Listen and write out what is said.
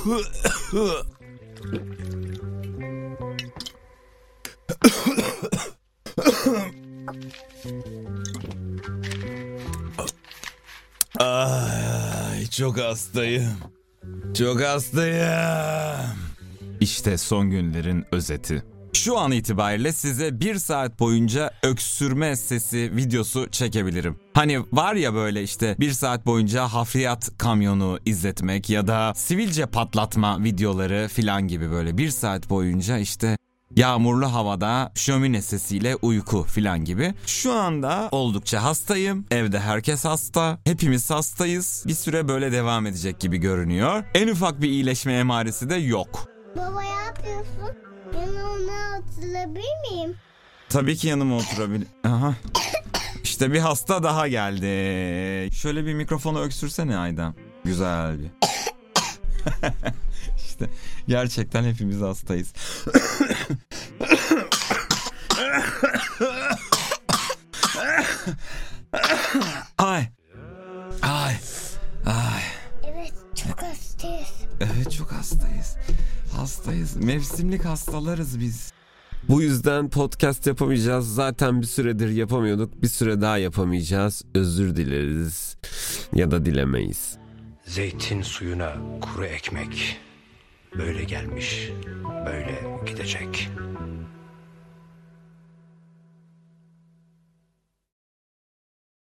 Ay, çok hastayım. Çok hastayım. İşte son günlerin özeti. Şu an itibariyle size 1 saat boyunca öksürme sesi videosu çekebilirim. Hani var ya böyle işte 1 saat boyunca hafriyat kamyonu izletmek ya da sivilce patlatma videoları filan gibi böyle 1 saat boyunca işte yağmurlu havada şömine sesiyle uyku filan gibi. Şu anda oldukça hastayım. Evde herkes hasta. Hepimiz hastayız. Bir süre böyle devam edecek gibi görünüyor. En ufak bir iyileşme emaresi de yok. Baba ne yapıyorsun? Yanıma oturabilir miyim? Tabii ki yanıma oturabilir. Aha. İşte bir hasta daha geldi. Şöyle bir mikrofonu öksürsene Aydan. Güzel bir. İşte gerçekten hepimiz hastayız. Ay. Ay. Ay. Evet, çok hastayız. Evet, çok hastayız. Hastayız. Mevsimlik hastalarız biz. Bu yüzden podcast yapamayacağız. Zaten bir süredir yapamıyorduk. Bir süre daha yapamayacağız. Özür dileriz. Ya da dilemeyiz. Zeytin suyuna kuru ekmek. Böyle gelmiş, böyle gidecek.